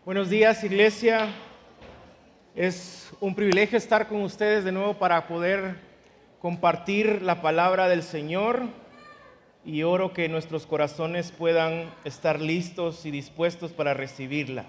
Buenos días, iglesia. Es un privilegio estar con ustedes de nuevo para poder compartir la palabra del Señor y oro que nuestros corazones puedan estar listos y dispuestos para recibirla.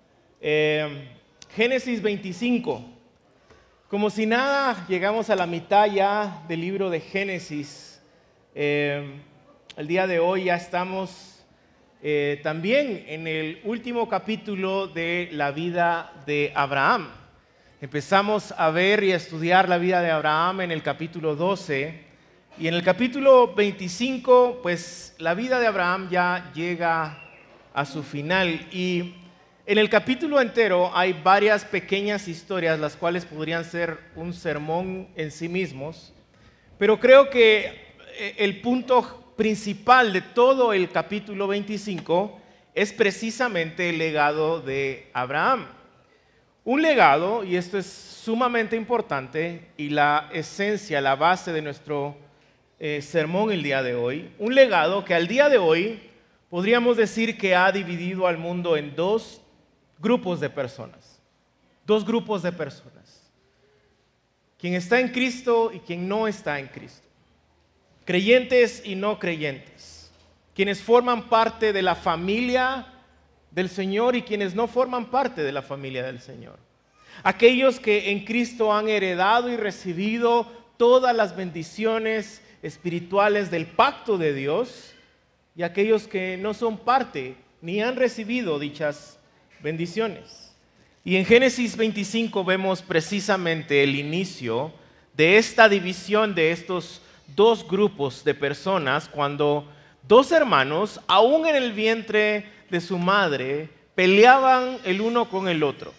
Génesis 25. Como si nada, llegamos a la mitad ya del libro de Génesis. El día de hoy ya estamos también en el último capítulo de la vida de Abraham. Empezamos a ver y a estudiar la vida de Abraham en el capítulo 12 y en el capítulo 25 pues la vida de Abraham ya llega a su final y en el capítulo entero hay varias pequeñas historias las cuales podrían ser un sermón en sí mismos, pero creo que el punto principal de todo el capítulo 25 es precisamente el legado de Abraham. Un legado, y esto es sumamente importante, y la esencia, la base de nuestro sermón el día de hoy, un legado que al día de hoy podríamos decir que ha dividido al mundo en dos grupos de personas. Dos grupos de personas. Quien está en Cristo y quien no está en Cristo. Creyentes y no creyentes, quienes forman parte de la familia del Señor y quienes no forman parte de la familia del Señor. Aquellos que en Cristo han heredado y recibido todas las bendiciones espirituales del pacto de Dios y aquellos que no son parte ni han recibido dichas bendiciones. Y en Génesis 25 vemos precisamente el inicio de esta división de estos dos grupos de personas cuando dos hermanos, aún en el vientre de su madre, peleaban el uno con el otro.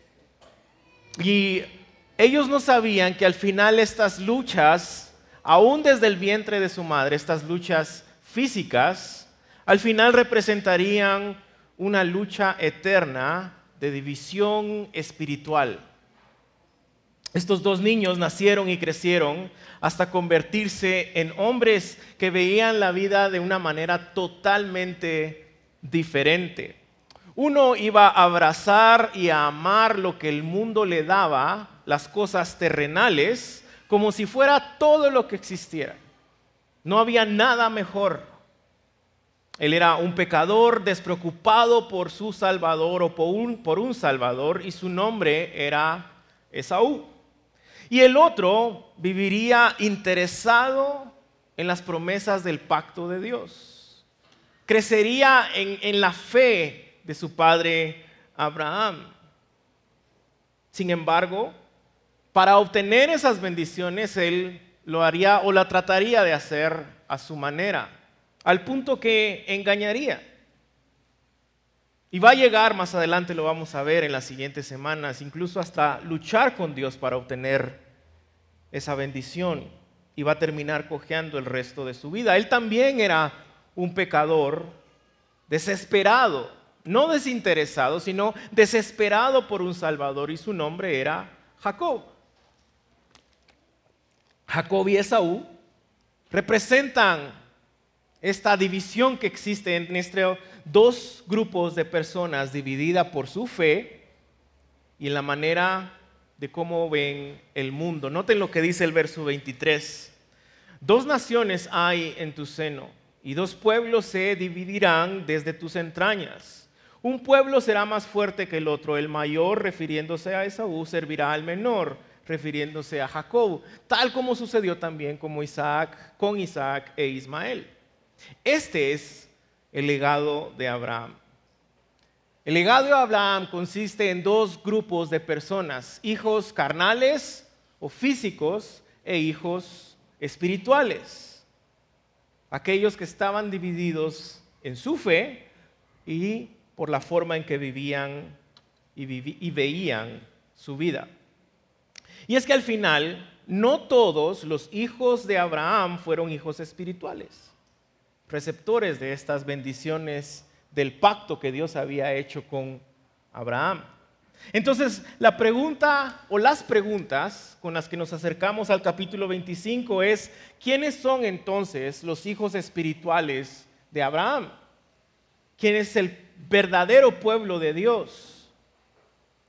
Y ellos no sabían que al final estas luchas, aún desde el vientre de su madre, estas luchas físicas, al final representarían una lucha eterna de división espiritual. Estos dos niños nacieron y crecieron hasta convertirse en hombres que veían la vida de una manera totalmente diferente. Uno iba a abrazar y a amar lo que el mundo le daba, las cosas terrenales, como si fuera todo lo que existiera. No había nada mejor. Él era un pecador despreocupado por su Salvador o por un Salvador y su nombre era Esaú. Y el otro viviría interesado en las promesas del pacto de Dios. Crecería en la fe de su padre Abraham. Sin embargo, para obtener esas bendiciones, él lo haría o la trataría de hacer a su manera, al punto que engañaría. Y va a llegar, más adelante lo vamos a ver en las siguientes semanas, incluso hasta luchar con Dios para obtener esa bendición. Y va a terminar cojeando el resto de su vida. Él también era un pecador desesperado, no desinteresado, sino desesperado por un Salvador. Y su nombre era Jacob. Jacob y Esaú representan esta división que existe entre dos grupos de personas dividida por su fe y en la manera de cómo ven el mundo. Noten lo que dice el verso 23. Dos naciones hay en tu seno y dos pueblos se dividirán desde tus entrañas. Un pueblo será más fuerte que el otro, el mayor, refiriéndose a Esaú, servirá al menor, refiriéndose a Jacob, tal como sucedió también con Isaac e Ismael. Este es el legado de Abraham. El legado de Abraham consiste en dos grupos de personas, hijos carnales o físicos e hijos espirituales. Aquellos que estaban divididos en su fe y por la forma en que vivían y veían su vida. Y es que al final, no todos los hijos de Abraham fueron hijos espirituales, receptores de estas bendiciones del pacto que Dios había hecho con Abraham. Entonces, la pregunta o las preguntas con las que nos acercamos al capítulo 25 es: ¿quiénes son entonces los hijos espirituales de Abraham? ¿Quién es el verdadero pueblo de Dios?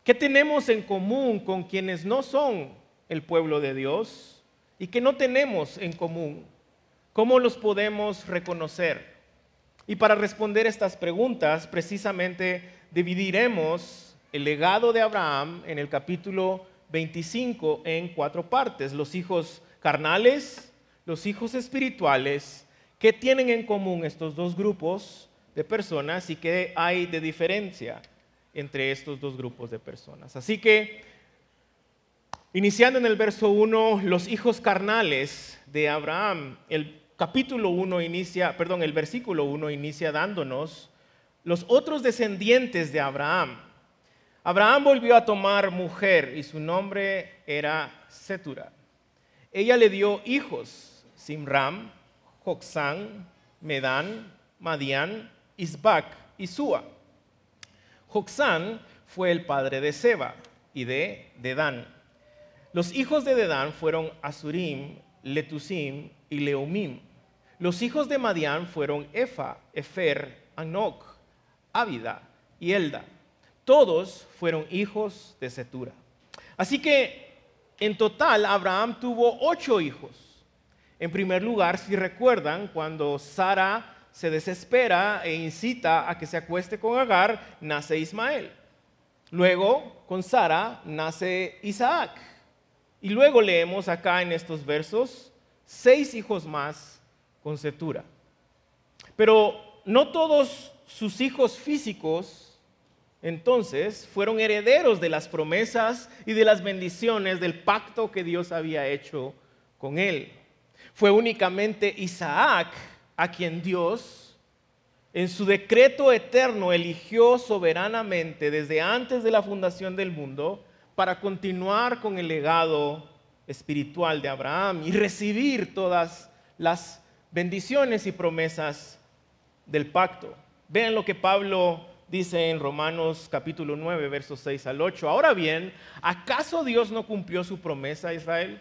¿Qué tenemos en común con quienes no son el pueblo de Dios? ¿Y qué no tenemos en común? ¿Cómo los podemos reconocer? Y para responder estas preguntas, precisamente dividiremos el legado de Abraham en el capítulo 25 en 4 partes. Los hijos carnales, los hijos espirituales. ¿Qué tienen en común estos dos grupos de personas y qué hay de diferencia entre estos dos grupos de personas? Así que, iniciando en el verso 1, los hijos carnales de Abraham, el versículo 1 inicia dándonos los otros descendientes de Abraham. Abraham volvió a tomar mujer y su nombre era Setura. Ella le dio hijos: Simram, Joksán, Medán, Madián, Isbac y Sua. Joksán fue el padre de Seba y de Dedán. Los hijos de Dedán fueron Asurim, Letusim y Leumim. Los hijos de Madián fueron Efa, Efer, Anoc, Ávida y Elda. Todos fueron hijos de Setura. Así que en total Abraham tuvo 8 hijos. En primer lugar, si recuerdan, cuando Sara se desespera e incita a que se acueste con Agar, nace Ismael. Luego, con Sara, nace Isaac. Y luego leemos acá en estos versos 6 hijos más con Setura. Pero no todos sus hijos físicos, entonces, fueron herederos de las promesas y de las bendiciones del pacto que Dios había hecho con él. Fue únicamente Isaac a quien Dios, en su decreto eterno, eligió soberanamente desde antes de la fundación del mundo para continuar con el legado espiritual de Abraham y recibir todas las bendiciones y promesas del pacto. Vean lo que Pablo dice en Romanos capítulo 9, versos 6 al 8. Ahora bien, ¿acaso Dios no cumplió su promesa a Israel?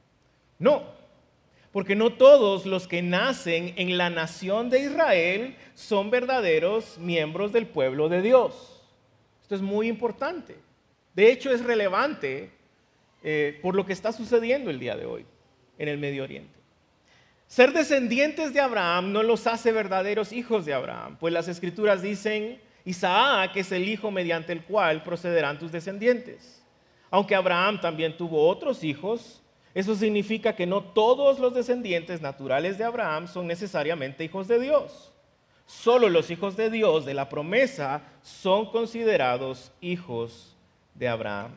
No, porque no todos los que nacen en la nación de Israel son verdaderos miembros del pueblo de Dios. Esto es muy importante. De hecho, es relevante por lo que está sucediendo el día de hoy en el Medio Oriente. Ser descendientes de Abraham no los hace verdaderos hijos de Abraham, pues las Escrituras dicen: Isaac es el hijo mediante el cual procederán tus descendientes. Aunque Abraham también tuvo otros hijos, eso significa que no todos los descendientes naturales de Abraham son necesariamente hijos de Dios. Solo los hijos de Dios de la promesa son considerados hijos de Abraham.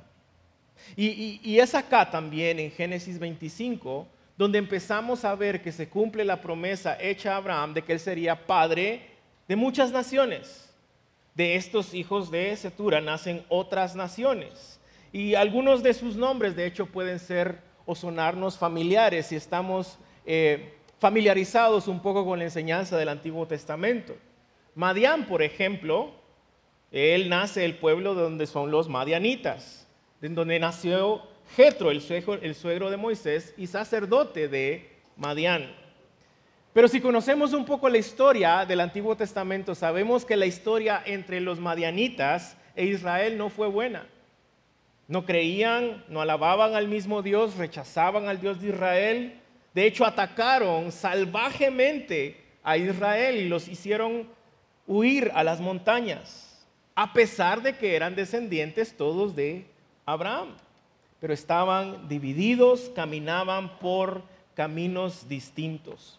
Y es acá también en Génesis 25 donde empezamos a ver que se cumple la promesa hecha a Abraham de que él sería padre de muchas naciones. De estos hijos de Setura nacen otras naciones. Y algunos de sus nombres, de hecho, pueden ser o sonarnos familiares si estamos familiarizados un poco con la enseñanza del Antiguo Testamento. Madián, por ejemplo, él nace del pueblo de donde son los madianitas, de donde nació Jetro, el suegro de Moisés y sacerdote de Madián. Pero si conocemos un poco la historia del Antiguo Testamento, sabemos que la historia entre los madianitas e Israel no fue buena. No creían, no alababan al mismo Dios, rechazaban al Dios de Israel. De hecho, atacaron salvajemente a Israel y los hicieron huir a las montañas, a pesar de que eran descendientes todos de Abraham. Pero estaban divididos, caminaban por caminos distintos.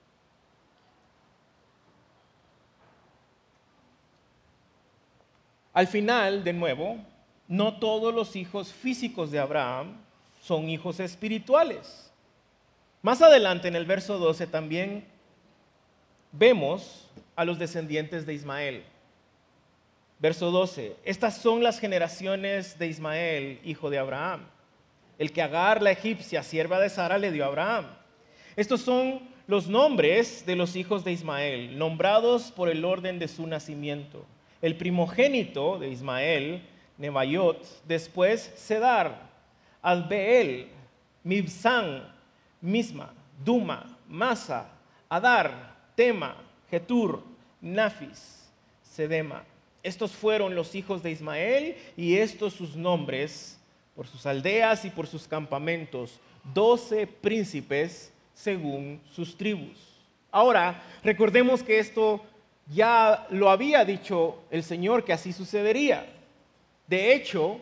Al final, de nuevo, no todos los hijos físicos de Abraham son hijos espirituales. Más adelante, en el verso 12, también vemos a los descendientes de Ismael. Verso 12, estas son las generaciones de Ismael, hijo de Abraham, el que Agar, la egipcia, sierva de Sara, le dio a Abraham. Estos son los nombres de los hijos de Ismael, nombrados por el orden de su nacimiento. El primogénito de Ismael, Nebaiot, después Cedar, Adbeel, Mibsán, Misma, Duma, Masa, Adar, Tema, Getur, Nafis, Sedema. Estos fueron los hijos de Ismael y estos sus nombres, por sus aldeas y por sus campamentos, 12 príncipes según sus tribus. Ahora, recordemos que esto ya lo había dicho el Señor que así sucedería. De hecho,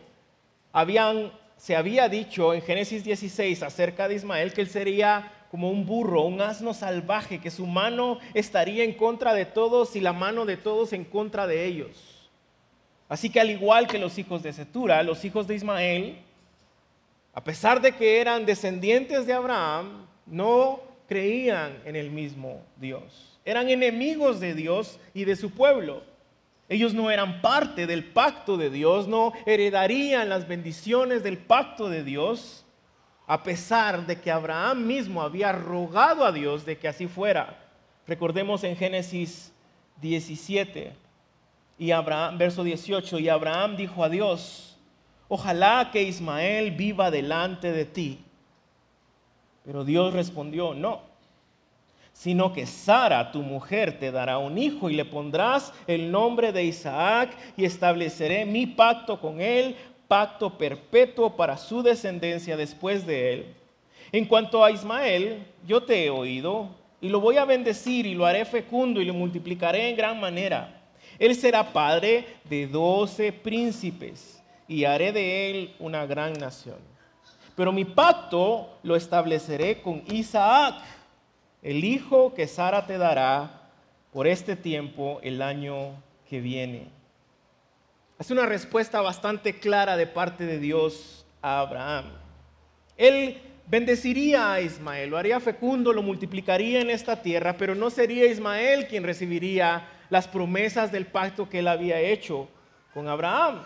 se había dicho en Génesis 16 acerca de Ismael que él sería como un burro, un asno salvaje, que su mano estaría en contra de todos y la mano de todos en contra de ellos. Así que al igual que los hijos de Cetura, los hijos de Ismael, a pesar de que eran descendientes de Abraham, no creían en el mismo Dios. Eran enemigos de Dios y de su pueblo. Ellos no eran parte del pacto de Dios, no heredarían las bendiciones del pacto de Dios, a pesar de que Abraham mismo había rogado a Dios de que así fuera. Recordemos en Génesis 17, verso 18, y Abraham dijo a Dios: ojalá que Ismael viva delante de ti. Pero Dios respondió: no, sino que Sara, tu mujer, te dará un hijo y le pondrás el nombre de Isaac y estableceré mi pacto con él, pacto perpetuo para su descendencia después de él. En cuanto a Ismael, yo te he oído y lo voy a bendecir y lo haré fecundo y lo multiplicaré en gran manera. Él será padre de 12 príncipes y haré de él una gran nación. Pero mi pacto lo estableceré con Isaac, el hijo que Sara te dará por este tiempo el año que viene. Es una respuesta bastante clara de parte de Dios a Abraham. Él bendeciría a Ismael, lo haría fecundo, lo multiplicaría en esta tierra, pero no sería Ismael quien recibiría las promesas del pacto que él había hecho con Abraham.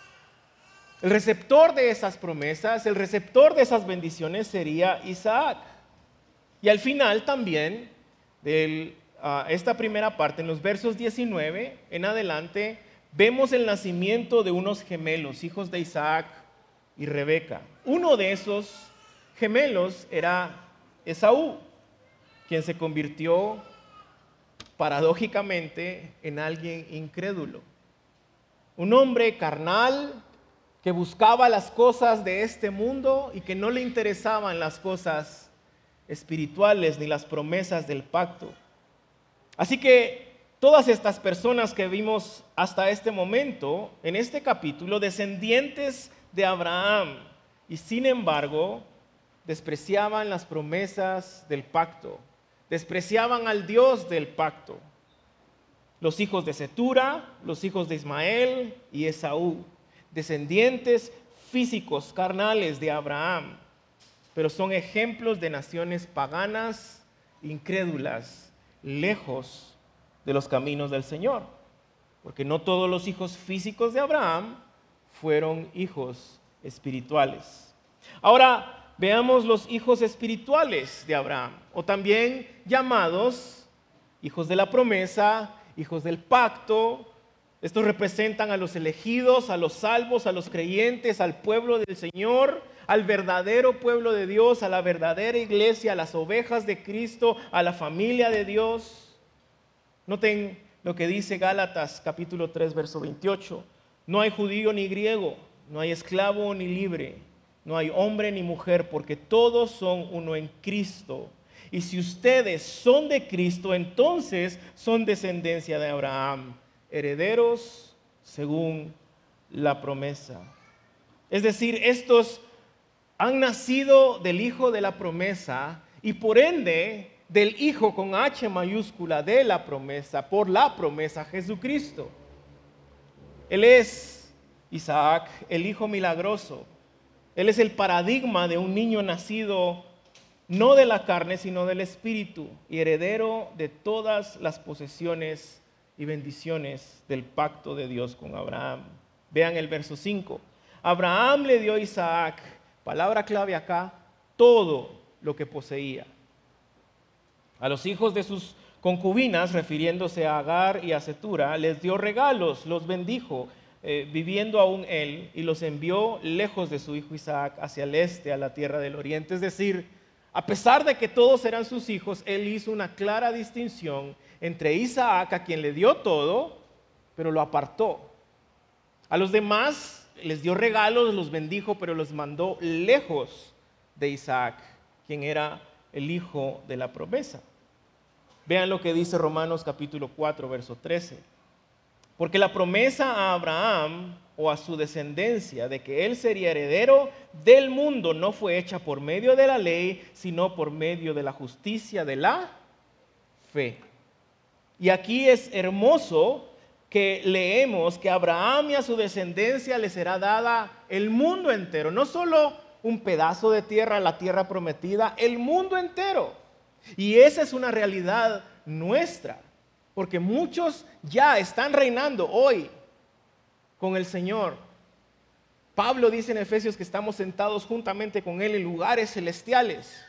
El receptor de esas promesas, el receptor de esas bendiciones sería Isaac. Y al final también de esta primera parte, en los versos 19 en adelante, vemos el nacimiento de unos gemelos, hijos de Isaac y Rebeca. Uno de esos gemelos era Esaú, quien se convirtió paradójicamente en alguien incrédulo. Un hombre carnal que buscaba las cosas de este mundo y que no le interesaban las cosas espirituales ni las promesas del pacto. Así que todas estas personas que vimos hasta este momento, en este capítulo, descendientes de Abraham, y sin embargo, despreciaban las promesas del pacto, despreciaban al Dios del pacto. Los hijos de Cetura, los hijos de Ismael y Esaú, descendientes físicos, carnales de Abraham, pero son ejemplos de naciones paganas, incrédulas, lejos de los caminos del Señor. Porque no todos los hijos físicos de Abraham fueron hijos espirituales. Ahora veamos los hijos espirituales de Abraham, o también llamados hijos de la promesa, hijos del pacto. Estos representan a los elegidos, a los salvos, a los creyentes, al pueblo del Señor, al verdadero pueblo de Dios, a la verdadera iglesia, a las ovejas de Cristo, a la familia de Dios. Noten lo que dice Gálatas capítulo 3, verso 28. No hay judío ni griego, no hay esclavo ni libre, no hay hombre ni mujer, porque todos son uno en Cristo. Y si ustedes son de Cristo, entonces son descendencia de Abraham, herederos según la promesa. Es decir, estos han nacido del hijo de la promesa y por ende del hijo con H mayúscula de la promesa, por la promesa Jesucristo. Él es Isaac, el hijo milagroso. Él es el paradigma de un niño nacido no de la carne, sino del espíritu, y heredero de todas las posesiones y bendiciones del pacto de Dios con Abraham. Vean el verso 5. Abraham le dio a Isaac, palabra clave acá, todo lo que poseía. A los hijos de sus concubinas, refiriéndose a Agar y a Cetura, les dio regalos, los bendijo, viviendo aún él, y los envió lejos de su hijo Isaac hacia el este, a la tierra del oriente. Es decir, a pesar de que todos eran sus hijos, él hizo una clara distinción entre Isaac, a quien le dio todo, pero lo apartó, A los demás les dio regalos, los bendijo, pero los mandó lejos de Isaac, quien era el hijo de la promesa. Vean lo que dice Romanos capítulo 4, verso 13. Porque la promesa a Abraham o a su descendencia de que él sería heredero del mundo no fue hecha por medio de la ley, sino por medio de la justicia de la fe. Y aquí es hermoso que leemos que a Abraham y a su descendencia le será dada el mundo entero, no solo un pedazo de tierra, la tierra prometida, el mundo entero. Y esa es una realidad nuestra, porque muchos ya están reinando hoy con el Señor. Pablo dice en Efesios que estamos sentados juntamente con Él en lugares celestiales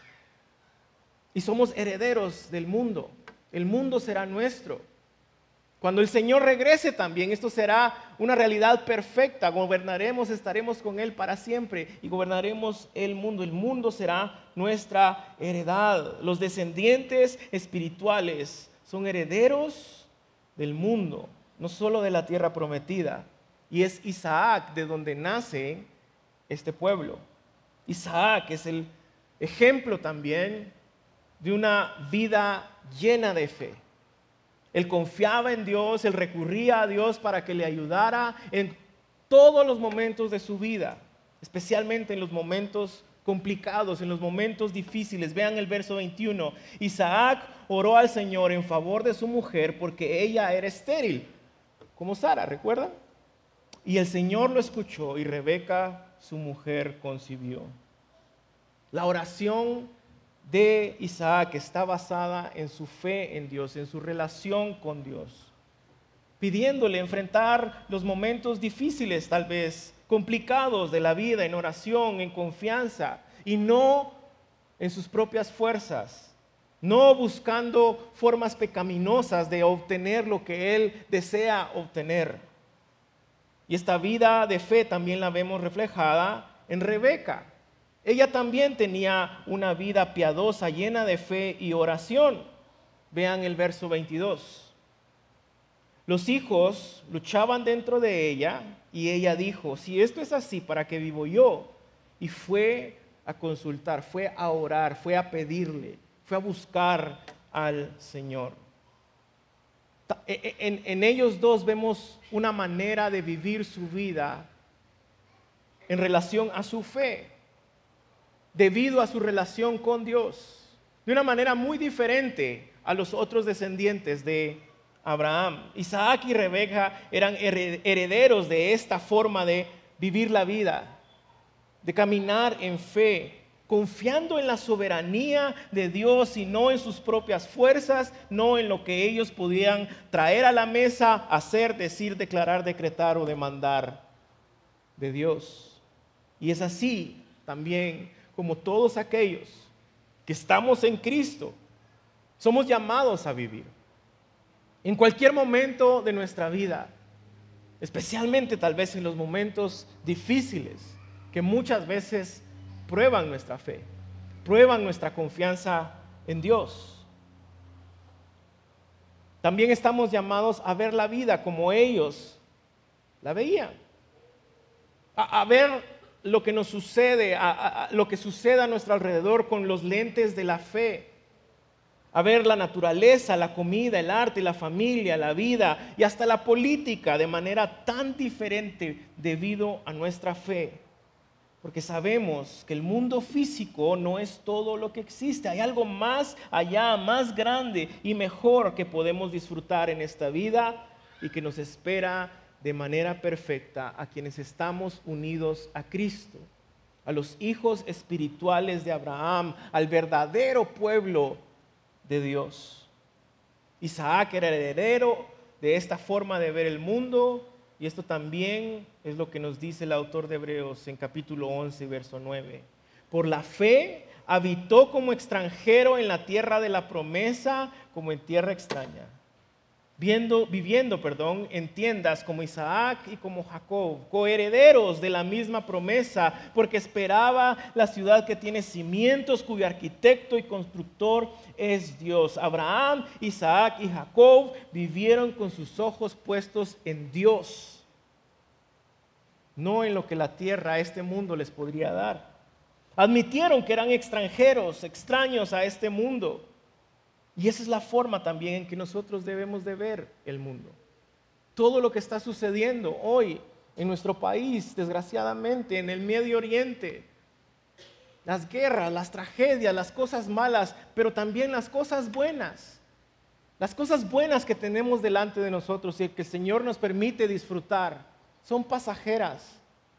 y somos herederos del mundo. El mundo será nuestro. Cuando el Señor regrese también, esto será una realidad perfecta. Gobernaremos, estaremos con Él para siempre y gobernaremos el mundo. El mundo será nuestra heredad. Los descendientes espirituales son herederos del mundo, no solo de la tierra prometida. Y es Isaac de donde nace este pueblo. Isaac es el ejemplo también de una vida llena de fe. Él confiaba en Dios, él recurría a Dios para que le ayudara en todos los momentos de su vida, especialmente en los momentos complicados, en los momentos difíciles. Vean el verso 21. Isaac oró al Señor en favor de su mujer porque ella era estéril, como Sara, ¿recuerdan? Y el Señor lo escuchó y Rebeca, su mujer, concibió. La oración de Isaac está basada en su fe en Dios, en su relación con Dios, pidiéndole enfrentar los momentos difíciles, tal vez complicados de la vida, en oración, en confianza, y no en sus propias fuerzas, no buscando formas pecaminosas de obtener lo que él desea obtener. Y esta vida de fe también la vemos reflejada en Rebeca. Ella también tenía una vida piadosa, llena de fe y oración. Vean el verso 22. Los hijos luchaban dentro de ella y ella dijo, si esto es así, ¿para qué vivo yo? Y fue a consultar, fue a orar, fue a pedirle, fue a buscar al Señor. En ellos dos vemos una manera de vivir su vida en relación a su fe, debido a su relación con Dios, de una manera muy diferente a los otros descendientes de Abraham. Isaac y Rebeca eran herederos de esta forma de vivir la vida, de caminar en fe, confiando en la soberanía de Dios y no en sus propias fuerzas, no en lo que ellos podían traer a la mesa, hacer, decir, declarar, decretar o demandar de Dios. Y es así también como todos aquellos que estamos en Cristo, somos llamados a vivir. En cualquier momento de nuestra vida, especialmente tal vez en los momentos difíciles que muchas veces prueban nuestra fe, prueban nuestra confianza en Dios. También estamos llamados a ver la vida como ellos la veían, a ver lo que nos sucede, lo que sucede a nuestro alrededor con los lentes de la fe, a ver la naturaleza, la comida, el arte, la familia, la vida y hasta la política de manera tan diferente debido a nuestra fe. Porque sabemos que el mundo físico no es todo lo que existe. Hay algo más allá, más grande y mejor que podemos disfrutar en esta vida y que nos espera de manera perfecta a quienes estamos unidos a Cristo, a los hijos espirituales de Abraham, al verdadero pueblo de Dios. Isaac era heredero de esta forma de ver el mundo. Y esto también es lo que nos dice el autor de Hebreos en capítulo 11, verso 9. Por la fe habitó como extranjero en la tierra de la promesa, como en tierra extraña, viviendo en tiendas como Isaac y como Jacob, coherederos de la misma promesa, porque esperaba la ciudad que tiene cimientos, cuyo arquitecto y constructor es Dios. Abraham, Isaac y Jacob vivieron con sus ojos puestos en Dios. no en lo que la tierra, este mundo les podría dar. Admitieron que eran extranjeros, extraños a este mundo. Y esa es la forma también en que nosotros debemos de ver el mundo. Todo lo que está sucediendo hoy en nuestro país, desgraciadamente, en el Medio Oriente, las guerras, las tragedias, las cosas malas, pero también las cosas buenas. Las cosas buenas que tenemos delante de nosotros y que el Señor nos permite disfrutar son pasajeras.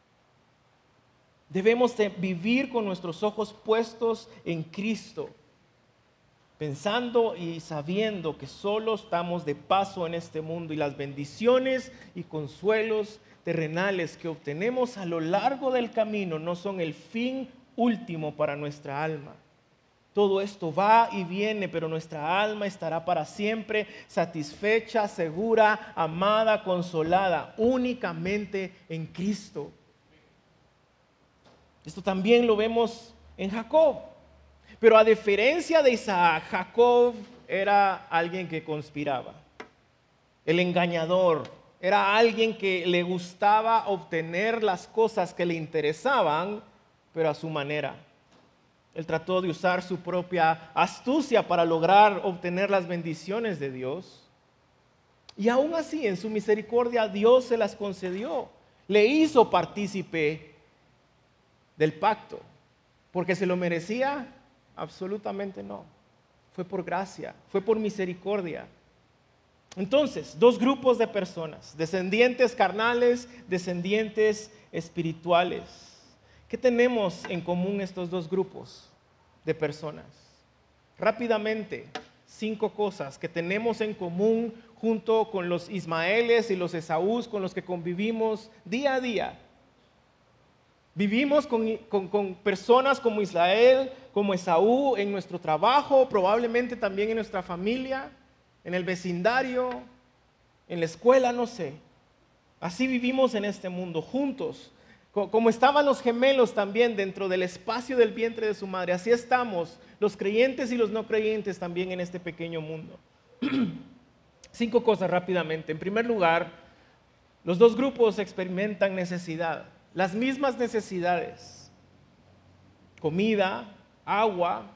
Debemos de vivir con nuestros ojos puestos en Cristo, pensando y sabiendo que solo estamos de paso en este mundo y las bendiciones y consuelos terrenales que obtenemos a lo largo del camino no son el fin último para nuestra alma. Todo esto va y viene, pero nuestra alma estará para siempre satisfecha, segura, amada, consolada, únicamente en Cristo. Esto también lo vemos en Jacob. Pero a diferencia de Isaac, Jacob era alguien que conspiraba. El engañador era alguien que le gustaba obtener las cosas que le interesaban, pero a su manera. Él trató de usar su propia astucia para lograr obtener las bendiciones de Dios. Y aún así, en su misericordia, Dios se las concedió. Le hizo partícipe del pacto. ¿Porque se lo merecía? Absolutamente no. Fue por gracia, fue por misericordia. Entonces, dos grupos de personas, descendientes carnales, descendientes espirituales. ¿Qué tenemos en común estos dos grupos de personas? Rápidamente, 5 cosas que tenemos en común junto con los Ismaeles y los Esaús con los que convivimos día a día. Vivimos con personas como Israel, como Esaú, en nuestro trabajo, probablemente también en nuestra familia, en el vecindario, en la escuela, no sé. Así vivimos en este mundo, juntos. Como estaban los gemelos también dentro del espacio del vientre de su madre, así estamos, los creyentes y los no creyentes también en este pequeño mundo. 5 cosas rápidamente. En primer lugar, los dos grupos experimentan necesidad. Las mismas necesidades, comida, agua.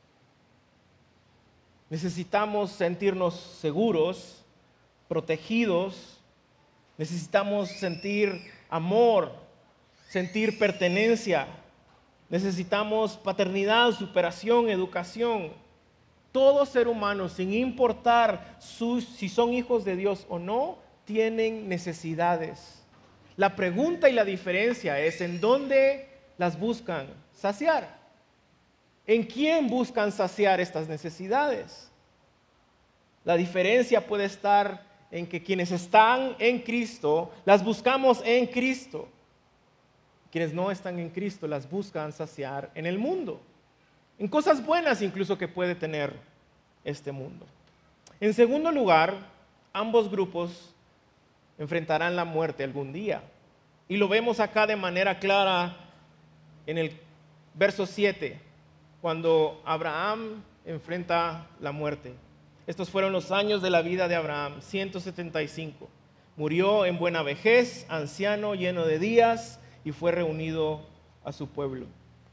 Necesitamos sentirnos seguros, protegidos. Necesitamos sentir amor, sentir pertenencia. Necesitamos paternidad, superación, educación. Todo ser humano, sin importar si son hijos de Dios o no, tienen necesidades. La pregunta y la diferencia es en dónde las buscan saciar. ¿En quién buscan saciar estas necesidades? La diferencia puede estar en que quienes están en Cristo, las buscamos en Cristo. Quienes no están en Cristo, las buscan saciar en el mundo. En cosas buenas incluso que puede tener este mundo. En segundo lugar, ambos grupos enfrentarán la muerte algún día. Y lo vemos acá de manera clara en el verso 7, cuando Abraham enfrenta la muerte. Estos fueron los años de la vida de Abraham, 175. Murió en buena vejez, anciano, lleno de días, y fue reunido a su pueblo.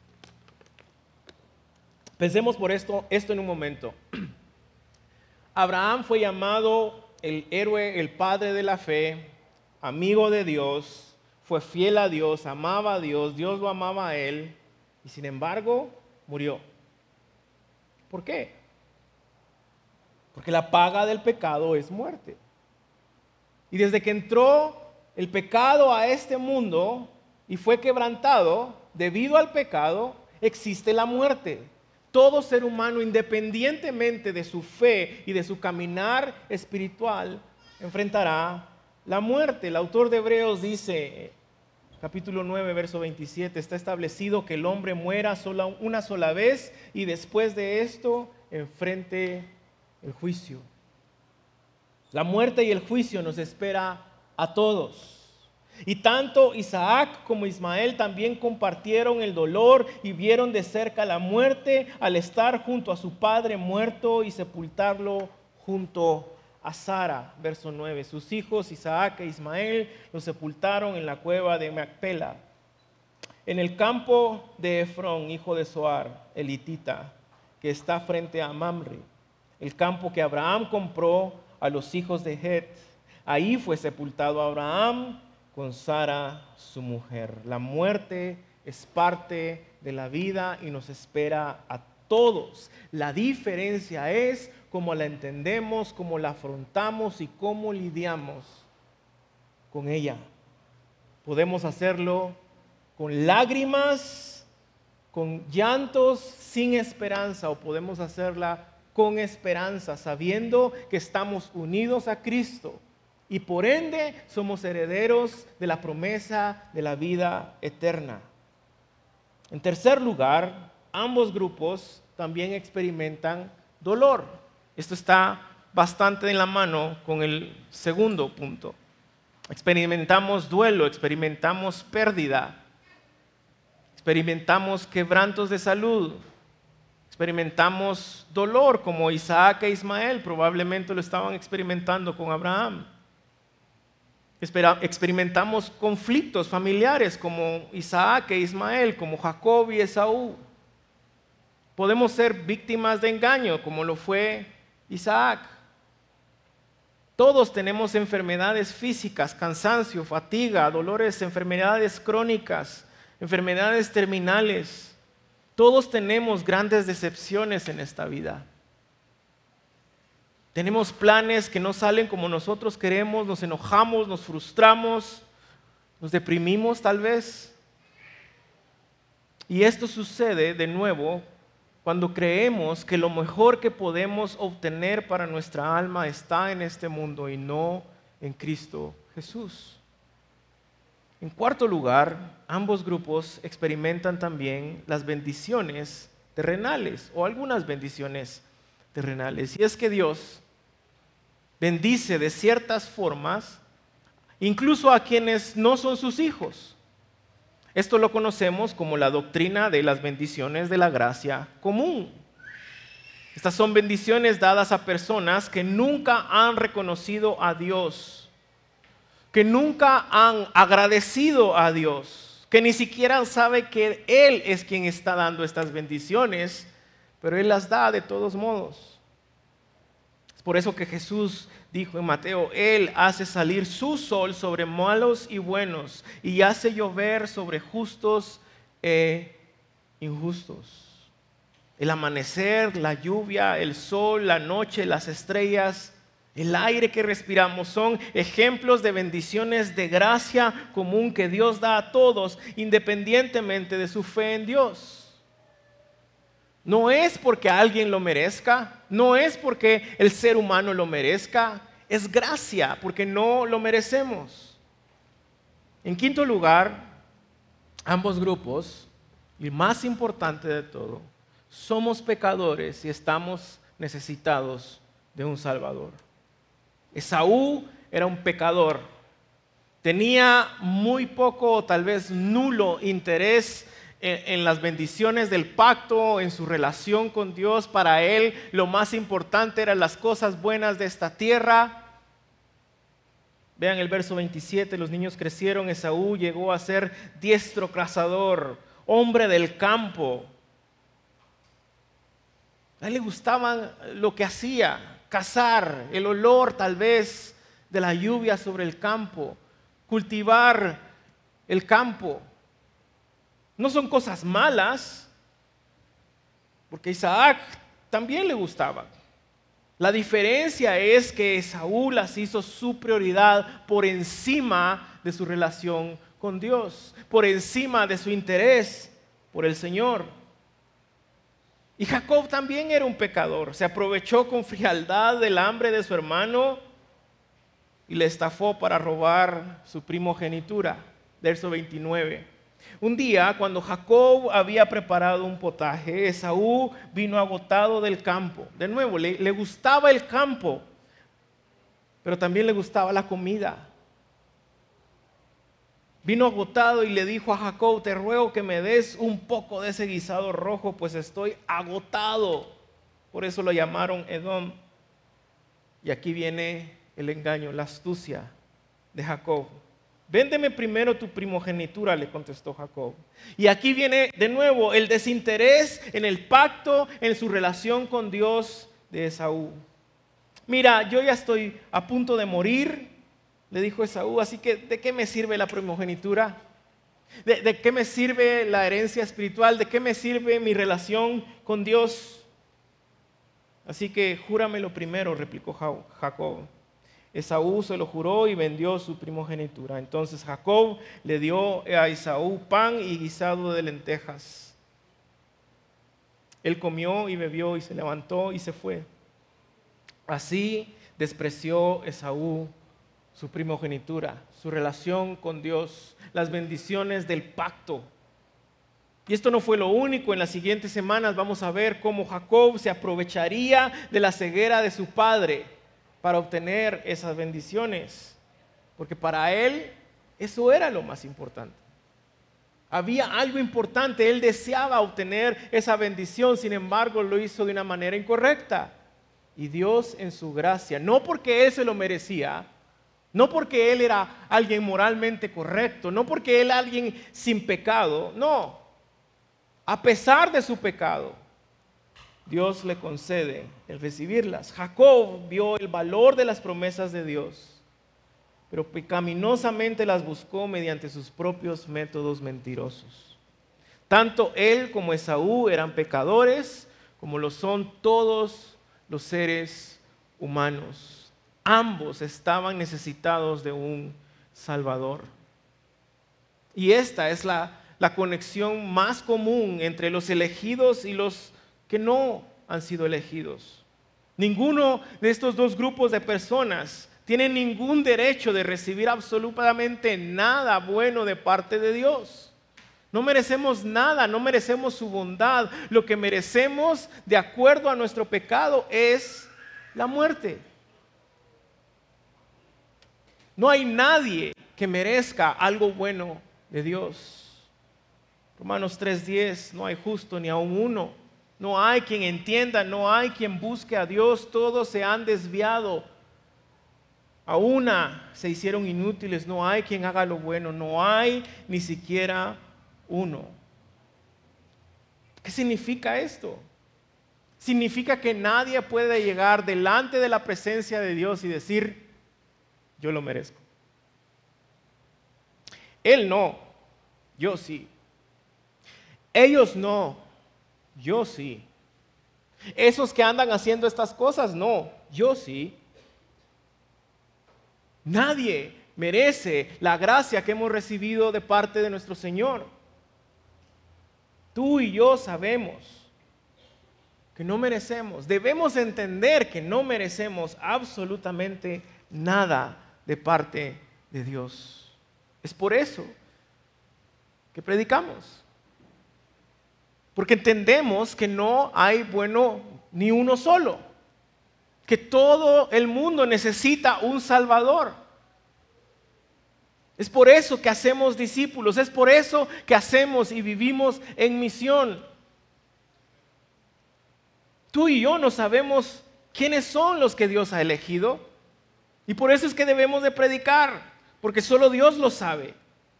Pensemos por esto en un momento. Abraham fue llamado el héroe, el padre de la fe, amigo de Dios, fue fiel a Dios, amaba a Dios, Dios lo amaba a él, y sin embargo murió. ¿Por qué? Porque la paga del pecado es muerte. Y desde que entró el pecado a este mundo y fue quebrantado, debido al pecado, existe la muerte. Todo ser humano, independientemente de su fe y de su caminar espiritual, enfrentará la muerte. El autor de Hebreos dice, capítulo 9, verso 27, está establecido que el hombre muera una sola vez y después de esto enfrente el juicio. La muerte y el juicio nos espera a todos. Y tanto Isaac como Ismael también compartieron el dolor y vieron de cerca la muerte al estar junto a su padre muerto y sepultarlo junto a Sara. Verso 9. Sus hijos Isaac e Ismael los sepultaron en la cueva de Macpela, en el campo de Efrón, hijo de Zoar, el hitita, que está frente a Mamre, el campo que Abraham compró a los hijos de Het. Ahí fue sepultado Abraham con Sara, su mujer. La muerte es parte de la vida y nos espera a todos. La diferencia es cómo la entendemos, cómo la afrontamos y cómo lidiamos con ella. Podemos hacerlo con lágrimas, con llantos, sin esperanza, o podemos hacerla con esperanza, sabiendo que estamos unidos a Cristo y por ende somos herederos de la promesa de la vida eterna. En tercer lugar, ambos grupos también experimentan dolor. Esto está bastante en la mano con el segundo punto. Experimentamos duelo, experimentamos pérdida, experimentamos quebrantos de salud, experimentamos dolor como Isaac e Ismael probablemente lo estaban experimentando con Abraham. Experimentamos conflictos familiares como Isaac e Ismael, como Jacob y Esaú. Podemos ser víctimas de engaño como lo fue Isaac. Todos tenemos enfermedades físicas, cansancio, fatiga, dolores, enfermedades crónicas, enfermedades terminales. Todos tenemos grandes decepciones en esta vida. Tenemos planes que no salen como nosotros queremos, nos enojamos, nos frustramos, nos deprimimos tal vez. Y esto sucede de nuevo cuando creemos que lo mejor que podemos obtener para nuestra alma está en este mundo y no en Cristo Jesús. En cuarto lugar, ambos grupos experimentan también las bendiciones terrenales o algunas bendiciones terrenales. Y es que Dios bendice de ciertas formas incluso a quienes no son sus hijos. Esto lo conocemos como la doctrina de las bendiciones de la gracia común. Estas son bendiciones dadas a personas que nunca han reconocido a Dios, que nunca han agradecido a Dios, que ni siquiera sabe que Él es quien está dando estas bendiciones, pero Él las da de todos modos. Es por eso que Jesús dijo en Mateo, Él hace salir su sol sobre malos y buenos y hace llover sobre justos e injustos. El amanecer, la lluvia, el sol, la noche, las estrellas, el aire que respiramos son ejemplos de bendiciones de gracia común que Dios da a todos independientemente de su fe en Dios. No es porque alguien lo merezca, no es porque el ser humano lo merezca, es gracia porque no lo merecemos. En quinto lugar, ambos grupos, y más importante de todo, somos pecadores y estamos necesitados de un Salvador. Esaú era un pecador, tenía muy poco o tal vez nulo interés en las bendiciones del pacto, en su relación con Dios. Para él lo más importante eran las cosas buenas de esta tierra. Vean el verso 27, los niños crecieron, Esaú llegó a ser diestro cazador, hombre del campo. A él le gustaba lo que hacía, cazar, el olor tal vez de la lluvia sobre el campo, cultivar el campo. No son cosas malas, porque a Isaac también le gustaba. La diferencia es que Esaú las hizo su prioridad por encima de su relación con Dios, por encima de su interés por el Señor. Y Jacob también era un pecador, se aprovechó con frialdad del hambre de su hermano y le estafó para robar su primogenitura. Verso 29. Un día, cuando Jacob había preparado un potaje, Esaú vino agotado del campo. De nuevo, le gustaba el campo, pero también le gustaba la comida. Vino agotado y le dijo a Jacob, te ruego que me des un poco de ese guisado rojo, pues estoy agotado. Por eso lo llamaron Edom. Y aquí viene el engaño, la astucia de Jacob. Véndeme primero tu primogenitura, le contestó Jacob. Y aquí viene de nuevo el desinterés en el pacto, en su relación con Dios de Esaú. Mira, yo ya estoy a punto de morir, le dijo Esaú, así que ¿de qué me sirve la primogenitura? ¿De qué me sirve la herencia espiritual? ¿De qué me sirve mi relación con Dios? Así que júramelo primero, replicó Jacob. Esaú se lo juró y vendió su primogenitura. Entonces Jacob le dio a Esaú pan y guisado de lentejas. Él comió y bebió y se levantó y se fue. Así despreció Esaú su primogenitura, su relación con Dios, las bendiciones del pacto. Y esto no fue lo único. En las siguientes semanas vamos a ver cómo Jacob se aprovecharía de la ceguera de su padre para obtener esas bendiciones, porque para él eso era lo más importante. Había algo importante, él deseaba obtener esa bendición, sin embargo lo hizo de una manera incorrecta. Y Dios en su gracia, no porque él se lo merecía, no porque él era alguien moralmente correcto, no porque él era alguien sin pecado, no. A pesar de su pecado, Dios le concede el recibirlas. Jacob vio el valor de las promesas de Dios, pero pecaminosamente las buscó mediante sus propios métodos mentirosos. Tanto él como Esaú eran pecadores, como lo son todos los seres humanos. Ambos estaban necesitados de un Salvador. Y esta es la conexión más común entre los elegidos y los que no han sido elegidos. Ninguno de estos dos grupos de personas tiene ningún derecho de recibir absolutamente nada bueno de parte de Dios. No merecemos nada, no merecemos su bondad. Lo que merecemos, de acuerdo a nuestro pecado, es la muerte. No hay nadie que merezca algo bueno de Dios. Romanos 3:10, no hay justo ni aun uno. No hay quien entienda, no hay quien busque a Dios. Todos se han desviado. A una se hicieron inútiles. No hay quien haga lo bueno. No hay ni siquiera uno. ¿Qué significa esto? Significa que nadie puede llegar delante de la presencia de Dios y decir, yo lo merezco. Él no, yo sí. Ellos no, yo sí. Esos que andan haciendo estas cosas, no, yo sí. Nadie merece la gracia que hemos recibido de parte de nuestro Señor. Tú y yo sabemos que no merecemos. Debemos entender que no merecemos absolutamente nada de parte de Dios. Es por eso que predicamos. Porque entendemos que no hay bueno ni uno solo. Que todo el mundo necesita un Salvador. Es por eso que hacemos discípulos. Es por eso que hacemos y vivimos en misión. Tú y yo no sabemos quiénes son los que Dios ha elegido. Y por eso es que debemos de predicar. Porque solo Dios lo sabe.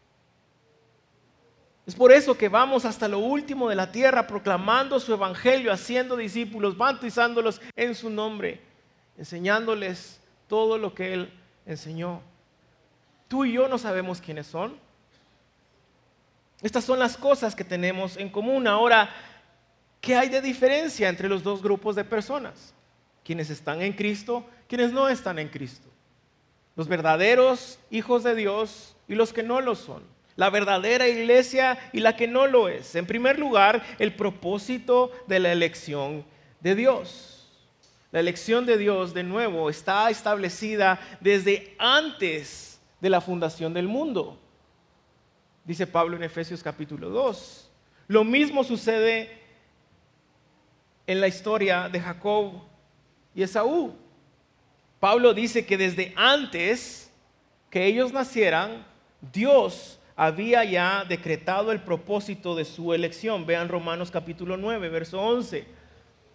Es por eso que vamos hasta lo último de la tierra proclamando su evangelio, haciendo discípulos, bautizándolos en su nombre, enseñándoles todo lo que Él enseñó. Tú y yo no sabemos quiénes son. Estas son las cosas que tenemos en común. Ahora, ¿qué hay de diferencia entre los dos grupos de personas? Quienes están en Cristo, quienes no están en Cristo. Los verdaderos hijos de Dios y los que no lo son. La verdadera iglesia y la que no lo es. En primer lugar, el propósito de la elección de Dios. La elección de Dios, de nuevo, está establecida desde antes de la fundación del mundo. Dice Pablo en Efesios capítulo 2. Lo mismo sucede en la historia de Jacob y Esaú. Pablo dice que desde antes que ellos nacieran, Dios había ya decretado el propósito de su elección. Vean Romanos capítulo 9, verso 11.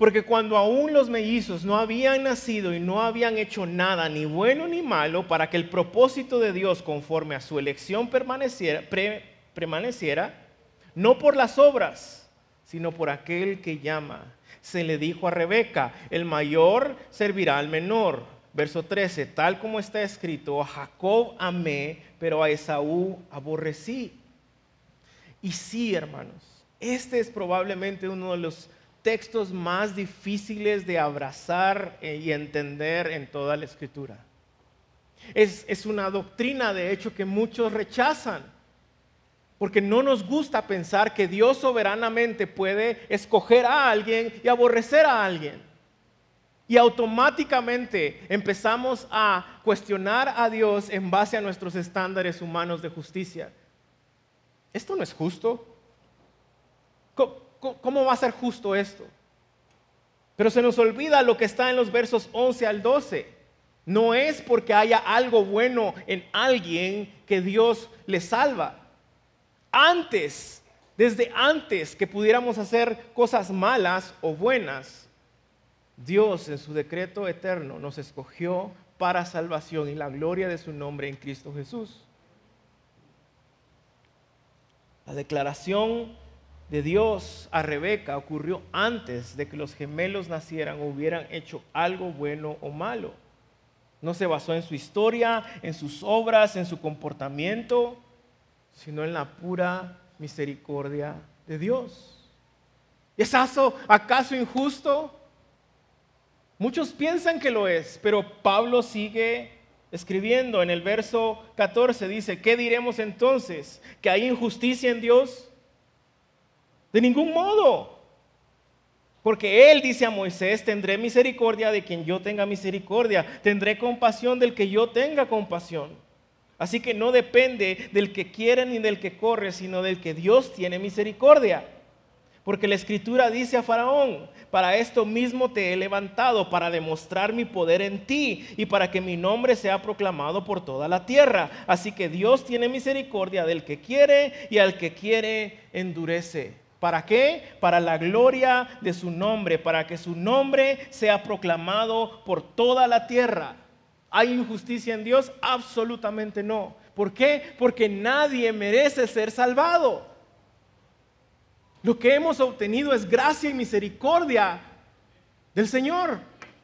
Porque cuando aún los mellizos no habían nacido y no habían hecho nada, ni bueno ni malo, para que el propósito de Dios conforme a su elección permaneciera, no por las obras, sino por aquel que llama. Se le dijo a Rebeca, el mayor servirá al menor. Verso 13, tal como está escrito, a Jacob amé, pero a Esaú aborrecí. Y sí, hermanos, este es probablemente uno de los textos más difíciles de abrazar y entender en toda la Escritura. Es una doctrina, de hecho, que muchos rechazan, porque no nos gusta pensar que Dios soberanamente puede escoger a alguien y aborrecer a alguien. Y automáticamente empezamos a cuestionar a Dios en base a nuestros estándares humanos de justicia. ¿Esto no es justo? ¿Cómo va a ser justo esto? Pero se nos olvida lo que está en los versos 11 al 12. No es porque haya algo bueno en alguien que Dios le salva. Desde antes que pudiéramos hacer cosas malas o buenas, Dios en su decreto eterno nos escogió para salvación y la gloria de su nombre en Cristo Jesús. La declaración de Dios a Rebeca ocurrió antes de que los gemelos nacieran o hubieran hecho algo bueno o malo. No se basó en su historia, en sus obras, en su comportamiento, sino en la pura misericordia de Dios. ¿Es acaso injusto? Muchos piensan que lo es, pero Pablo sigue escribiendo en el verso 14, dice, ¿qué diremos entonces? ¿Que hay injusticia en Dios? De ningún modo. Porque Él dice a Moisés, tendré misericordia de quien yo tenga misericordia, tendré compasión del que yo tenga compasión. Así que no depende del que quiere ni del que corre, sino del que Dios tiene misericordia. Porque la Escritura dice a Faraón, para esto mismo te he levantado, para demostrar mi poder en ti y para que mi nombre sea proclamado por toda la tierra. Así que Dios tiene misericordia del que quiere y al que quiere endurece. ¿Para qué? Para la gloria de su nombre, para que su nombre sea proclamado por toda la tierra. ¿Hay injusticia en Dios? Absolutamente no. ¿Por qué? Porque nadie merece ser salvado. Lo que hemos obtenido es gracia y misericordia del Señor.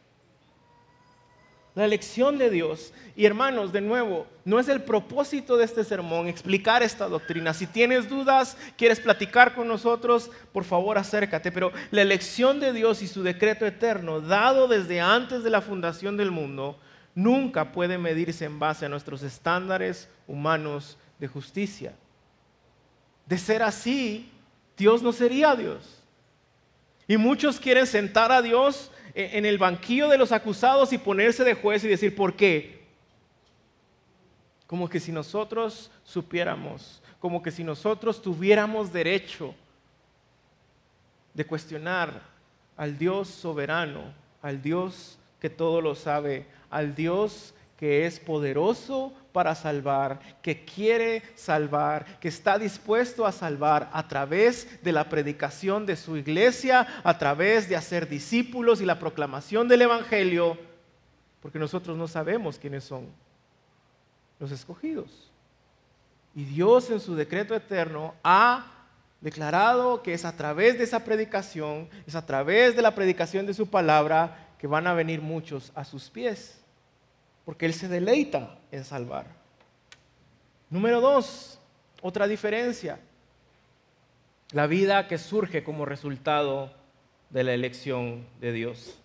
La elección de Dios. Y hermanos, de nuevo, no es el propósito de este sermón explicar esta doctrina. Si tienes dudas, quieres platicar con nosotros, por favor acércate. Pero la elección de Dios y su decreto eterno, dado desde antes de la fundación del mundo, nunca puede medirse en base a nuestros estándares humanos de justicia. De ser así, Dios no sería Dios. Y muchos quieren sentar a Dios en el banquillo de los acusados y ponerse de juez y decir, ¿por qué? Como que si nosotros supiéramos, como que si nosotros tuviéramos derecho de cuestionar al Dios soberano, al Dios que todo lo sabe, al Dios que es poderoso para salvar, que quiere salvar, que está dispuesto a salvar a través de la predicación de su iglesia, a través de hacer discípulos y la proclamación del evangelio, porque nosotros no sabemos quiénes son los escogidos. Y Dios en su decreto eterno ha declarado que es a través de esa predicación, es a través de la predicación de su palabra que van a venir muchos a sus pies. Porque Él se deleita en salvar. Número 2, otra diferencia. La vida que surge como resultado de la elección de Dios.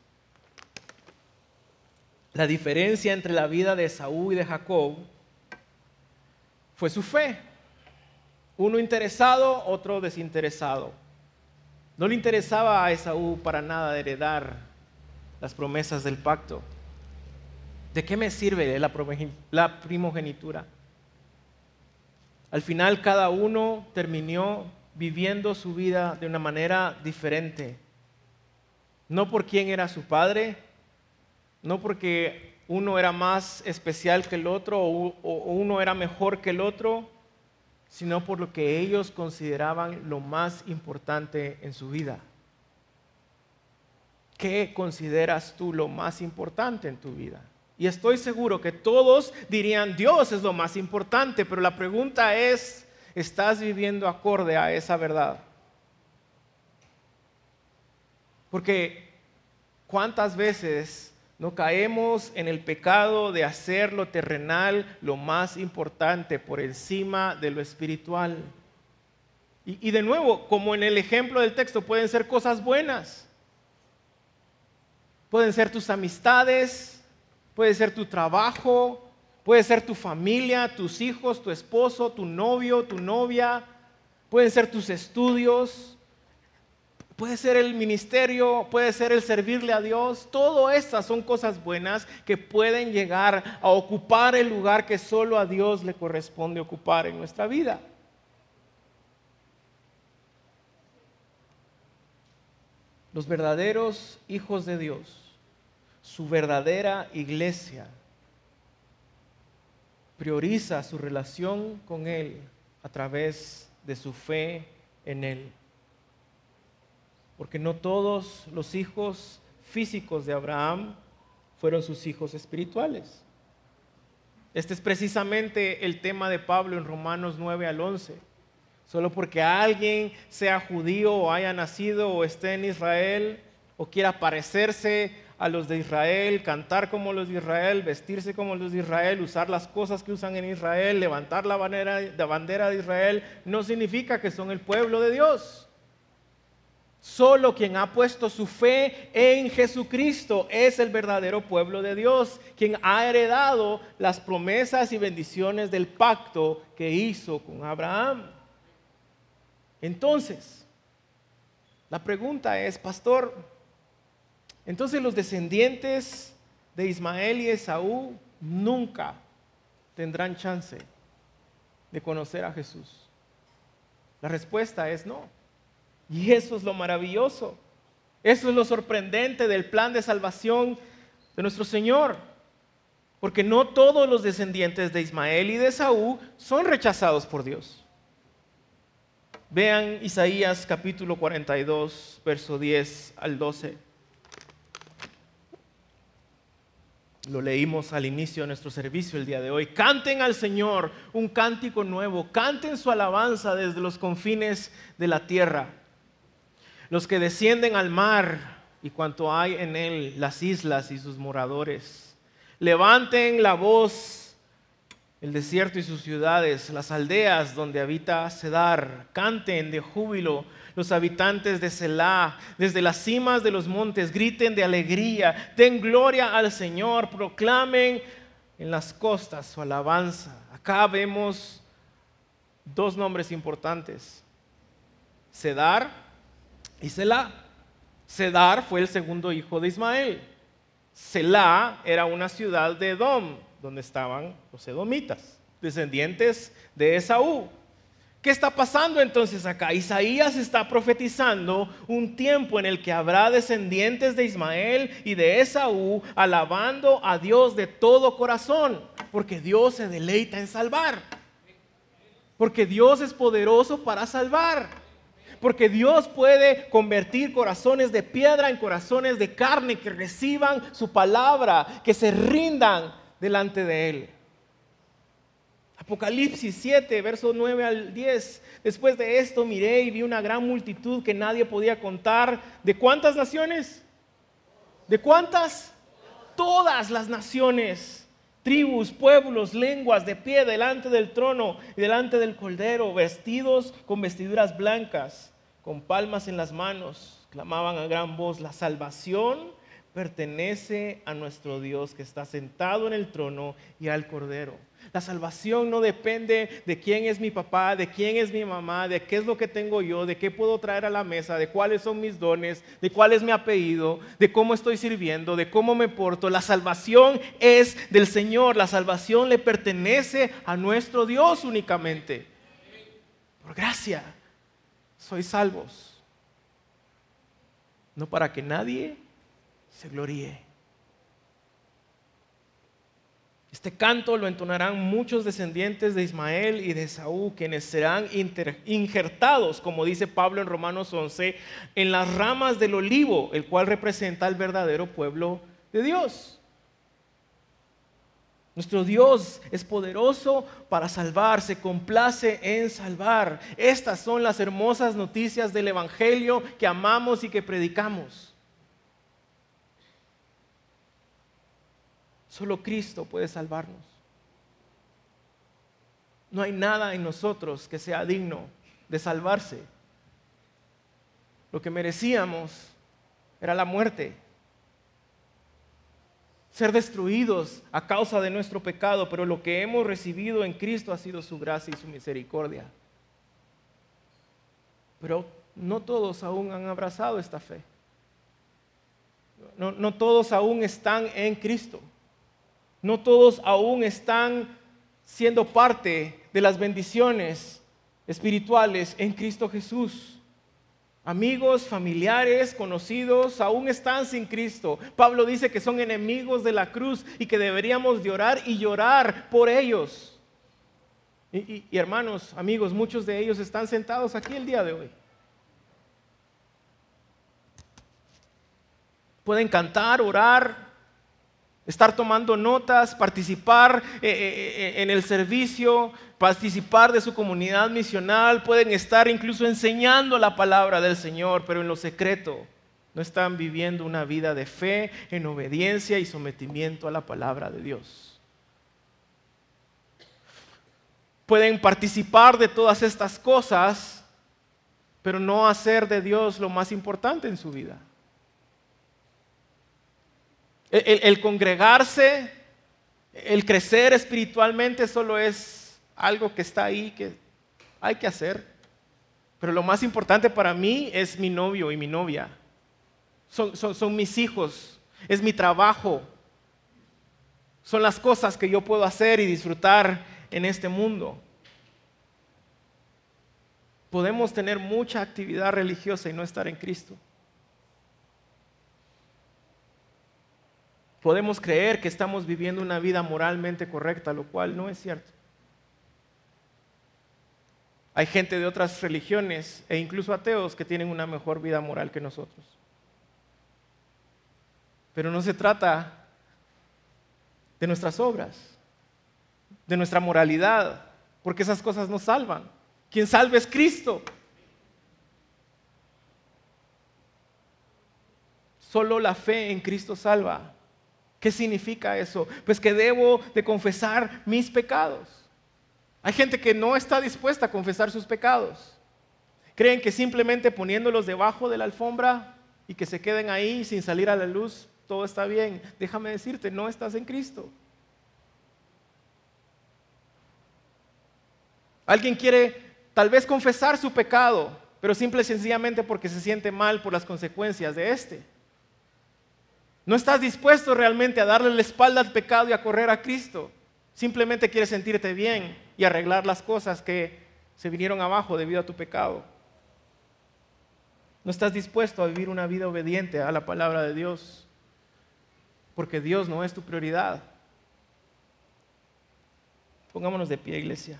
La diferencia entre la vida de Esaú y de Jacob fue su fe. Uno interesado, otro desinteresado. No le interesaba a Esaú para nada heredar las promesas del pacto. ¿De qué me sirve la primogenitura? Al final cada uno terminó viviendo su vida de una manera diferente. No por quién era su padre, no porque uno era más especial que el otro o uno era mejor que el otro, sino por lo que ellos consideraban lo más importante en su vida. ¿qué consideras tú lo más importante en tu vida? Y estoy seguro que todos dirían, Dios es lo más importante, pero la pregunta es, ¿estás viviendo acorde a esa verdad? Porque ¿cuántas veces no caemos en el pecado de hacer lo terrenal lo más importante por encima de lo espiritual? Y de nuevo, como en el ejemplo del texto, pueden ser cosas buenas. Pueden ser tus amistades, puede ser tu trabajo, puede ser tu familia, tus hijos, tu esposo, tu novio, tu novia, pueden ser tus estudios, puede ser el ministerio, puede ser el servirle a Dios. Todas estas son cosas buenas que pueden llegar a ocupar el lugar que solo a Dios le corresponde ocupar en nuestra vida. Los verdaderos hijos de Dios, su verdadera iglesia, prioriza su relación con Él a través de su fe en Él. Porque no todos los hijos físicos de Abraham fueron sus hijos espirituales. Este es precisamente el tema de Pablo en Romanos 9 al 11. Solo porque alguien sea judío o haya nacido o esté en Israel o quiera parecerse a los de Israel, cantar como los de Israel, vestirse como los de Israel, usar las cosas que usan en Israel, levantar la bandera de Israel, no significa que son el pueblo de Dios. Solo quien ha puesto su fe en Jesucristo es el verdadero pueblo de Dios, quien ha heredado las promesas y bendiciones del pacto que hizo con Abraham. Entonces, la pregunta es, pastor, entonces los descendientes de Ismael y Esaú nunca tendrán chance de conocer a Jesús. La respuesta es no. Y eso es lo maravilloso. Eso es lo sorprendente del plan de salvación de nuestro Señor. Porque no todos los descendientes de Ismael y de Esaú son rechazados por Dios. Vean Isaías capítulo 42, verso 10 al 12. Lo leímos al inicio de nuestro servicio el día de hoy. Canten al Señor un cántico nuevo. Canten su alabanza desde los confines de la tierra. Los que descienden al mar y cuanto hay en él, las islas y sus moradores. Levanten la voz, el desierto y sus ciudades, las aldeas donde habita Cedar. Canten de júbilo los habitantes de Selá. Desde las cimas de los montes griten de alegría. Den gloria al Señor. Proclamen en las costas su alabanza. Acá vemos dos nombres importantes: Cedar y Selá. Cedar fue el segundo hijo de Ismael. Selá era una ciudad de Edom, donde estaban los edomitas, descendientes de Esaú. ¿Qué está pasando entonces acá? Isaías está profetizando un tiempo en el que habrá descendientes de Ismael y de Esaú alabando a Dios de todo corazón, porque Dios se deleita en salvar, porque Dios es poderoso para salvar. Porque Dios puede convertir corazones de piedra en corazones de carne que reciban su palabra, que se rindan delante de Él. Apocalipsis 7, versos 9 al 10. Después de esto miré y vi una gran multitud que nadie podía contar. ¿De cuántas naciones? ¿De cuántas? Todas las naciones, tribus, pueblos, lenguas, de pie delante del trono y delante del Cordero, vestidos con vestiduras blancas, con palmas en las manos, clamaban a gran voz: la salvación pertenece a nuestro Dios que está sentado en el trono y al Cordero. La salvación no depende de quién es mi papá, de quién es mi mamá, de qué es lo que tengo yo, de qué puedo traer a la mesa, de cuáles son mis dones, de cuál es mi apellido, de cómo estoy sirviendo, de cómo me porto. La salvación es del Señor. La salvación le pertenece a nuestro Dios únicamente. Por gracia sois salvos, no para que nadie se gloríe. Este canto lo entonarán muchos descendientes de Ismael y de Esaú, quienes serán injertados, como dice Pablo en Romanos 11, en las ramas del olivo, el cual representa al verdadero pueblo de Dios. Nuestro Dios es poderoso para salvar, se complace en salvar. Estas son las hermosas noticias del Evangelio que amamos y que predicamos. Solo Cristo puede salvarnos. No hay nada en nosotros que sea digno de salvarse. Lo que merecíamos era la muerte. Ser destruidos a causa de nuestro pecado, pero lo que hemos recibido en Cristo ha sido su gracia y su misericordia. Pero no todos aún han abrazado esta fe. No todos aún están en Cristo. No todos aún están siendo parte de las bendiciones espirituales en Cristo Jesús. Amigos, familiares, conocidos, aún están sin Cristo. Pablo dice que son enemigos de la cruz y que deberíamos de orar y llorar por ellos. Y hermanos, amigos, muchos de ellos están sentados aquí el día de hoy. Pueden cantar, orar, estar tomando notas, participar en el servicio, participar de su comunidad misional, pueden estar incluso enseñando la palabra del Señor, pero en lo secreto no están viviendo una vida de fe, en obediencia y sometimiento a la palabra de Dios. Pueden participar de todas estas cosas, pero no hacer de Dios lo más importante en su vida. El congregarse, el crecer espiritualmente solo es algo que está ahí, que hay que hacer. Pero lo más importante para mí es mi novio y mi novia. Son mis hijos, es mi trabajo. Son las cosas que yo puedo hacer y disfrutar en este mundo. Podemos tener mucha actividad religiosa y no estar en Cristo. Podemos creer que estamos viviendo una vida moralmente correcta, lo cual no es cierto. Hay gente de otras religiones e incluso ateos que tienen una mejor vida moral que nosotros. Pero no se trata de nuestras obras, de nuestra moralidad, porque esas cosas nos salvan. Quien salva es Cristo. Solo la fe en Cristo salva. ¿Qué significa eso? Pues que debo de confesar mis pecados. Hay gente que no está dispuesta a confesar sus pecados. Creen que simplemente poniéndolos debajo de la alfombra y que se queden ahí sin salir a la luz, todo está bien. Déjame decirte, no estás en Cristo. Alguien quiere tal vez confesar su pecado, pero simple y sencillamente porque se siente mal por las consecuencias de este. No estás dispuesto realmente a darle la espalda al pecado y a correr a Cristo. Simplemente quieres sentirte bien y arreglar las cosas que se vinieron abajo debido a tu pecado. No estás dispuesto a vivir una vida obediente a la palabra de Dios, porque Dios no es tu prioridad. Pongámonos de pie, iglesia.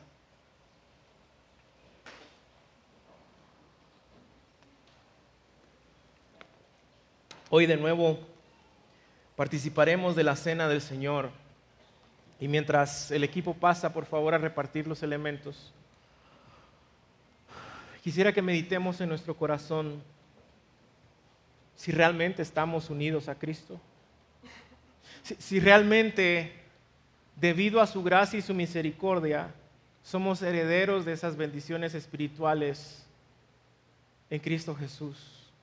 Hoy de nuevo participaremos de la cena del Señor. Y mientras el equipo pasa, por favor, a repartir los elementos, quisiera que meditemos en nuestro corazón si realmente estamos unidos a Cristo. Si realmente, debido a su gracia y su misericordia, somos herederos de esas bendiciones espirituales en Cristo Jesús.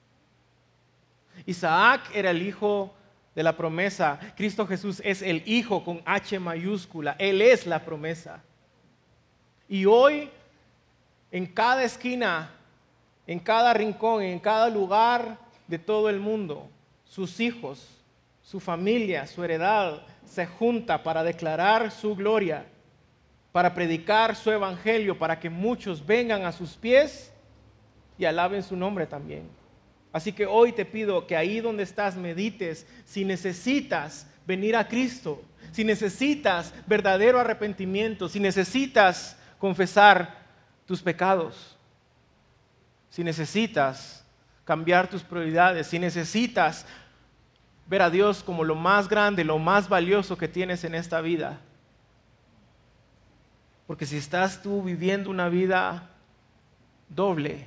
Isaac era el hijo de la promesa. Cristo Jesús es el Hijo con H mayúscula. Él es la promesa. Y hoy, en cada esquina, en cada rincón, en cada lugar de todo el mundo, sus hijos, su familia, su heredad, se junta para declarar su gloria, para predicar su evangelio, para que muchos vengan a sus pies y alaben su nombre también. Así que hoy te pido que ahí donde estás medites si necesitas venir a Cristo, si necesitas verdadero arrepentimiento, si necesitas confesar tus pecados, si necesitas cambiar tus prioridades, si necesitas ver a Dios como lo más grande, lo más valioso que tienes en esta vida. Porque si estás tú viviendo una vida doble,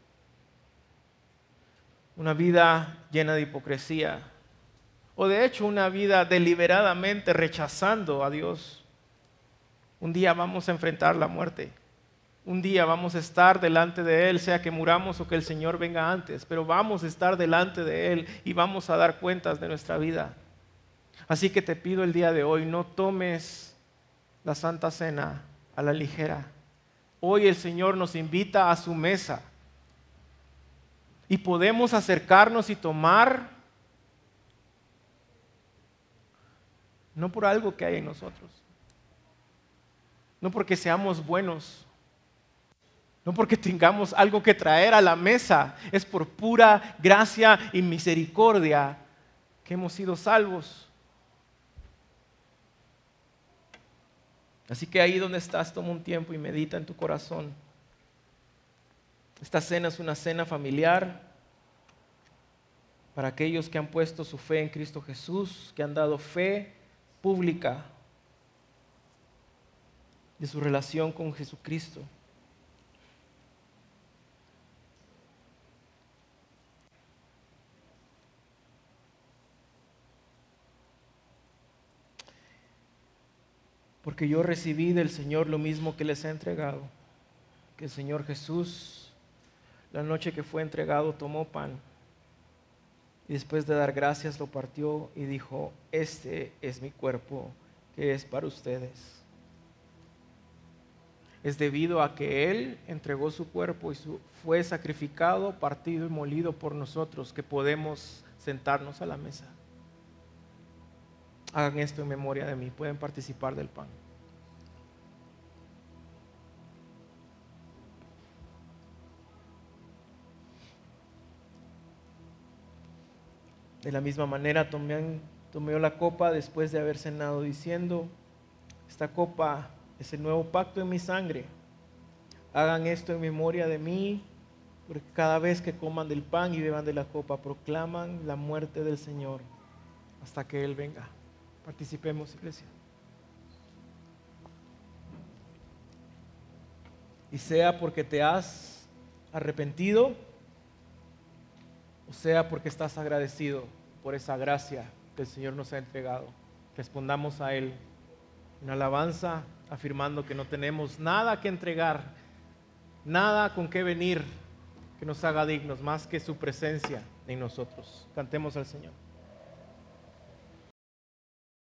una vida llena de hipocresía, o de hecho una vida deliberadamente rechazando a Dios, un día vamos a enfrentar la muerte. Un día vamos a estar delante de Él, sea que muramos o que el Señor venga antes, pero vamos a estar delante de Él y vamos a dar cuentas de nuestra vida. Así que te pido el día de hoy, no tomes la Santa Cena a la ligera. Hoy el Señor nos invita a su mesa y podemos acercarnos y tomar, no por algo que hay en nosotros, no porque seamos buenos, no porque tengamos algo que traer a la mesa, es por pura gracia y misericordia que hemos sido salvos. Así que ahí donde estás, toma un tiempo y medita en tu corazón. Esta cena es una cena familiar para aquellos que han puesto su fe en Cristo Jesús, que han dado fe pública de su relación con Jesucristo. Porque yo recibí del Señor lo mismo que les he entregado, que el Señor Jesús, la noche que fue entregado, tomó pan y después de dar gracias lo partió y dijo: este es mi cuerpo que es para ustedes. Es debido a que Él entregó su cuerpo y fue sacrificado, partido y molido por nosotros que podemos sentarnos a la mesa. Hagan esto en memoria de mí. Pueden participar del pan. De la misma manera tomé la copa después de haber cenado, diciendo: esta copa es el nuevo pacto en mi sangre. Hagan esto en memoria de mí, porque cada vez que coman del pan y beban de la copa, proclaman la muerte del Señor hasta que Él venga. Participemos, iglesia. Y sea porque te has arrepentido, o sea porque estás agradecido por esa gracia que el Señor nos ha entregado, respondamos a Él en alabanza, afirmando que no tenemos nada que entregar, nada con qué venir que nos haga dignos, más que su presencia en nosotros. Cantemos al Señor.